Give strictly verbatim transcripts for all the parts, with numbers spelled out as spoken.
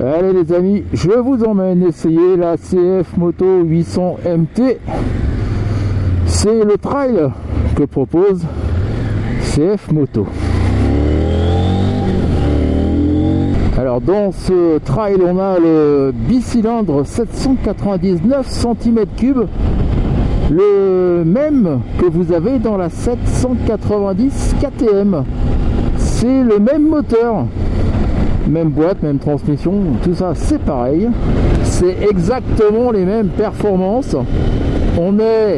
Allez les amis, je vous emmène essayer la C F Moto huit cents M T. C'est le trail que propose C F Moto. Alors dans ce trail, on a le bicylindre sept cent quatre-vingt-dix-neuf centimètres cubes, le même que vous avez dans la sept cent quatre-vingt-dix K T M. C'est le même moteur, même boîte, même transmission, tout ça c'est pareil. C'est exactement les mêmes performances. On est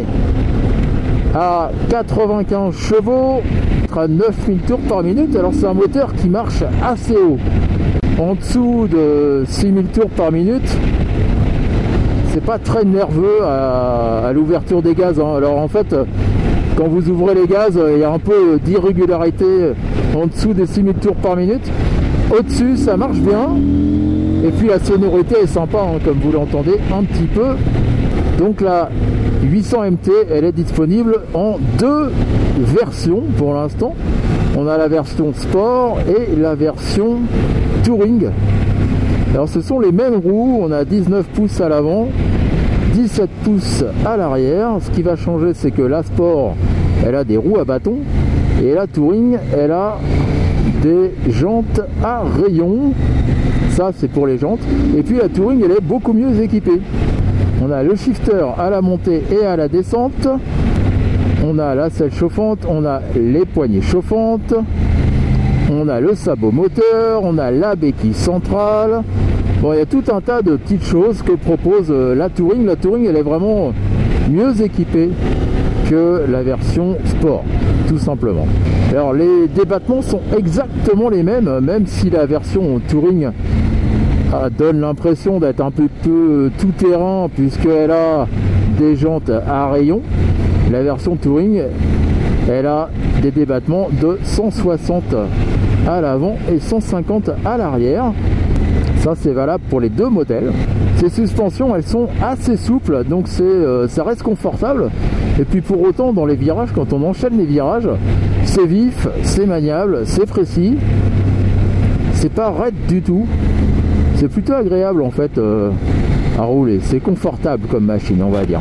à quatre-vingt-quinze chevaux, à neuf mille tours par minute. Alors c'est un moteur qui marche assez haut, en dessous de six mille tours par minute. C'est pas très nerveux à, à l'ouverture des gaz, hein. Alors en fait, quand vous ouvrez les gaz, il y a un peu d'irrégularité en dessous des six mille tours par minute. Au-dessus, ça marche bien. Et puis la sonorité est sympa, hein, comme vous l'entendez un petit peu. Donc la huit cents M T, elle est disponible en deux versions pour l'instant. On a la version Sport et la version Touring. Alors ce sont les mêmes roues, on a dix-neuf pouces à l'avant, dix-sept pouces à l'arrière. Ce qui va changer, c'est que la Sport, elle a des roues à bâton, et la Touring, elle a des jantes à rayons. Ça c'est pour les jantes. Et puis la Touring, elle est beaucoup mieux équipée. On a le shifter à la montée et à la descente, on a la selle chauffante, on a les poignées chauffantes, on a le sabot moteur, on a la béquille centrale. Bon, il y a tout un tas de petites choses que propose la Touring. La Touring, elle est vraiment mieux équipée que la version Sport, tout simplement. Alors les débattements sont exactement les mêmes, même si la version Touring donne l'impression d'être un peu, peu tout-terrain puisqu'elle a des jantes à rayons. La version Touring, elle a des débattements de cent soixante à l'avant et cent cinquante à l'arrière. Ça c'est valable pour les deux modèles. Ces suspensions, elles sont assez souples, donc c'est, euh, ça reste confortable. Et puis pour autant, dans les virages, quand on enchaîne les virages, c'est vif, c'est maniable, c'est précis, c'est pas raide du tout. C'est plutôt agréable en fait euh, à rouler, c'est confortable comme machine, on va dire.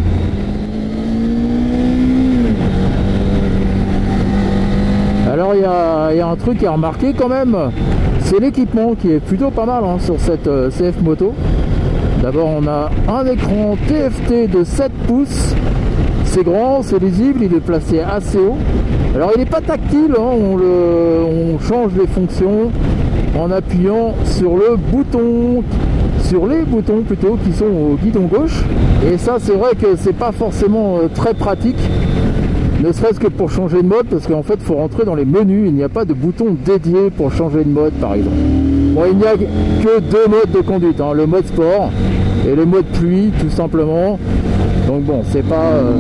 Alors il y, y a un truc à remarquer quand même, c'est l'équipement qui est plutôt pas mal, hein, sur cette euh, C F Moto. D'abord on a un écran T F T de sept pouces, c'est grand, c'est lisible, il est placé assez haut. Alors il n'est pas tactile, hein, on, le, on change les fonctions en appuyant sur le bouton, sur les boutons plutôt, qui sont au guidon gauche. Et ça c'est vrai que c'est pas forcément euh, très pratique, ne serait-ce que pour changer de mode, parce qu'en fait il faut rentrer dans les menus, il n'y a pas de bouton dédié pour changer de mode par exemple. Bon, il n'y a que deux modes de conduite, hein, le mode sport et le mode pluie tout simplement. Donc bon, c'est pas... Euh...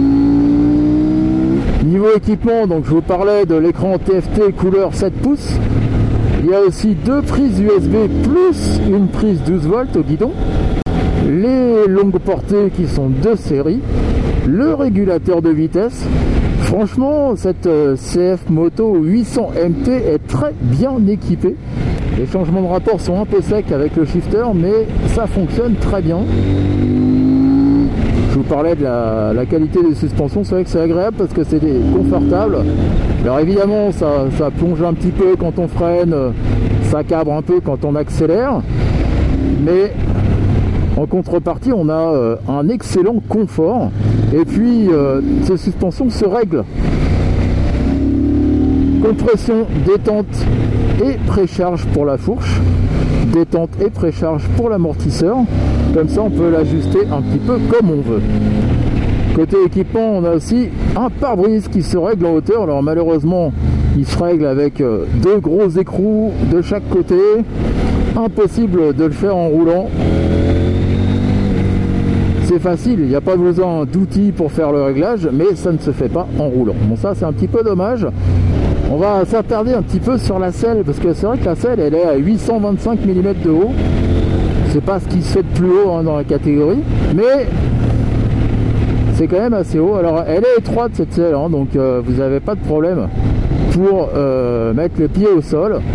Niveau équipement, donc je vous parlais de l'écran T F T couleur sept pouces. Il y a aussi deux prises U S B plus une prise douze volts au guidon. Les longues portées qui sont de série. Le régulateur de vitesse. Franchement, cette C F Moto huit cents M T est très bien équipée. Les changements de rapport sont un peu secs avec le shifter, mais ça fonctionne très bien. Je vous parlais de la, la qualité des suspensions, c'est vrai que c'est agréable parce que c'est confortable. Alors évidemment, ça, ça plonge un petit peu quand on freine, ça cabre un peu quand on accélère, mais en contrepartie, on a euh, un excellent confort. Et puis, euh, ces suspensions se règlent. Compression, détente et précharge pour la fourche, détente et précharge pour l'amortisseur. Comme ça on peut l'ajuster un petit peu comme on veut. Côté équipement, on a aussi un pare-brise qui se règle en hauteur. Alors malheureusement il se règle avec deux gros écrous de chaque côté, impossible de le faire en roulant. C'est facile, il n'y a pas besoin d'outils pour faire le réglage, mais ça ne se fait pas en roulant. Bon, ça c'est un petit peu dommage. On va s'attarder un petit peu sur la selle, parce que c'est vrai que la selle elle est à huit cent vingt-cinq millimètres de haut. C'est pas ce qui se fait de plus haut, hein, dans la catégorie, mais c'est quand même assez haut. Alors elle est étroite cette selle, hein, donc euh, vous n'avez pas de problème pour euh, mettre le pied au sol.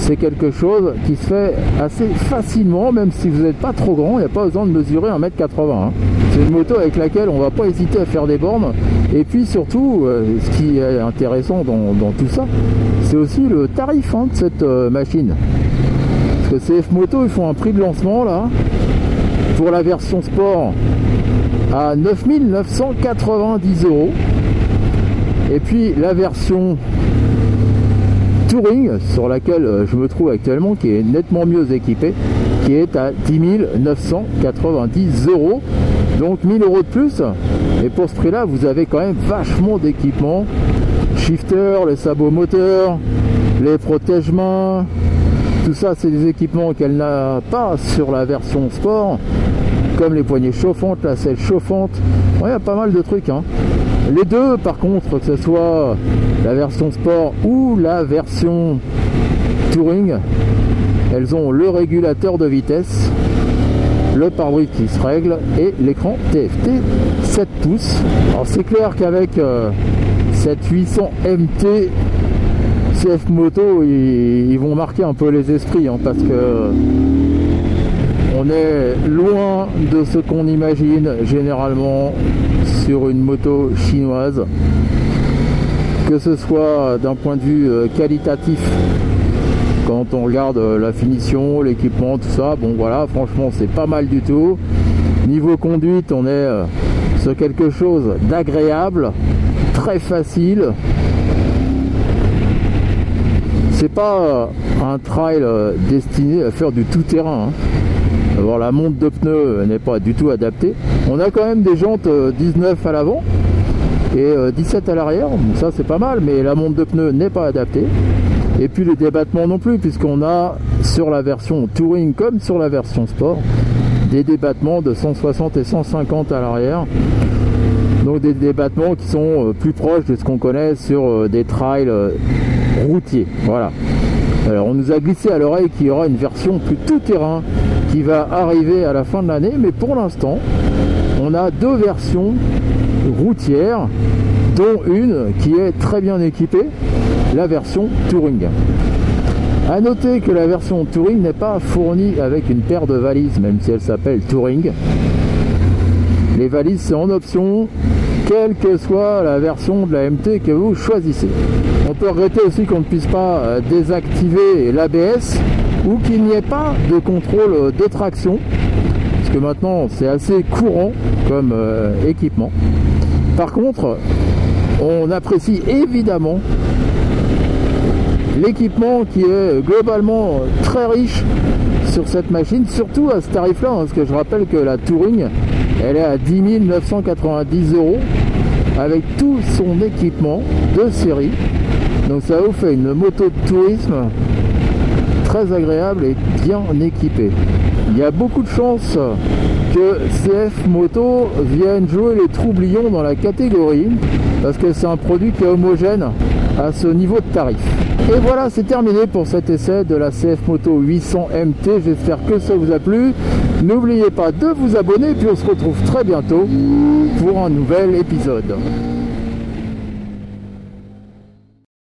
c'est quelque chose qui se fait assez facilement, même si vous n'êtes pas trop grand, il n'y a pas besoin de mesurer un mètre quatre-vingts. Hein. C'est une moto avec laquelle on ne va pas hésiter à faire des bornes. Et puis surtout, euh, ce qui est intéressant dans, dans tout ça, c'est aussi le tarif hein, de cette euh, machine. Parce que C F Moto, ils font un prix de lancement là, pour la version sport, à neuf mille neuf cent quatre-vingt-dix euros. Et puis la version Touring, sur laquelle je me trouve actuellement, qui est nettement mieux équipée, qui est à dix mille neuf cent quatre-vingt-dix euros, donc mille euros de plus. Et pour ce prix là, vous avez quand même vachement d'équipements, shifter, les sabots moteurs, les protège-mains, tout ça c'est des équipements qu'elle n'a pas sur la version sport, comme les poignées chauffantes, la selle chauffante. Il y a pas mal de trucs hein. Les deux par contre, que ce soit la version sport ou la version touring, elles ont le régulateur de vitesse, le pare-brise qui se règle et l'écran T F T sept pouces. Alors c'est clair qu'avec euh, cette huit cents M T C F Moto, ils, ils vont marquer un peu les esprits hein, parce que on est loin de ce qu'on imagine généralement sur une moto chinoise, que ce soit d'un point de vue qualitatif, quand on regarde la finition, l'équipement, tout ça, bon voilà, franchement c'est pas mal du tout. Niveau conduite, on est sur quelque chose d'agréable, très facile. C'est pas un trail destiné à faire du tout-terrain. Hein. Alors la monte de pneus n'est pas du tout adaptée. On a quand même des jantes dix-neuf à l'avant et dix-sept à l'arrière, donc ça c'est pas mal, mais la monte de pneus n'est pas adaptée. Et puis les débattements non plus, puisqu'on a sur la version Touring comme sur la version Sport des débattements de cent soixante et cent cinquante à l'arrière. Donc des débattements qui sont plus proches de ce qu'on connaît sur des trails routiers. Voilà. Alors on nous a glissé à l'oreille qu'il y aura une version plus tout-terrain qui va arriver à la fin de l'année, mais pour l'instant on a deux versions routières, dont une qui est très bien équipée, la version Touring. A noter que la version Touring n'est pas fournie avec une paire de valises, même si elle s'appelle Touring. Les valises c'est en option, quelle que soit la version de la M T que vous choisissez. On peut regretter aussi qu'on ne puisse pas désactiver l'A B S ou qu'il n'y ait pas de contrôle de traction, parce que maintenant c'est assez courant comme euh, équipement. Par contre, on apprécie évidemment l'équipement qui est globalement très riche sur cette machine, surtout à ce tarif là, hein, parce que je rappelle que la Touring elle est à dix mille neuf cent quatre-vingt-dix euros avec tout son équipement de série. Donc ça vous fait une moto de tourisme très agréable et bien équipée. Il y a beaucoup de chances que C F Moto vienne jouer les troublions dans la catégorie, parce que c'est un produit qui est homogène à ce niveau de tarif. Et voilà, c'est terminé pour cet essai de la C F Moto huit cents M T. J'espère que ça vous a plu. N'oubliez pas de vous abonner, puis on se retrouve très bientôt pour un nouvel épisode.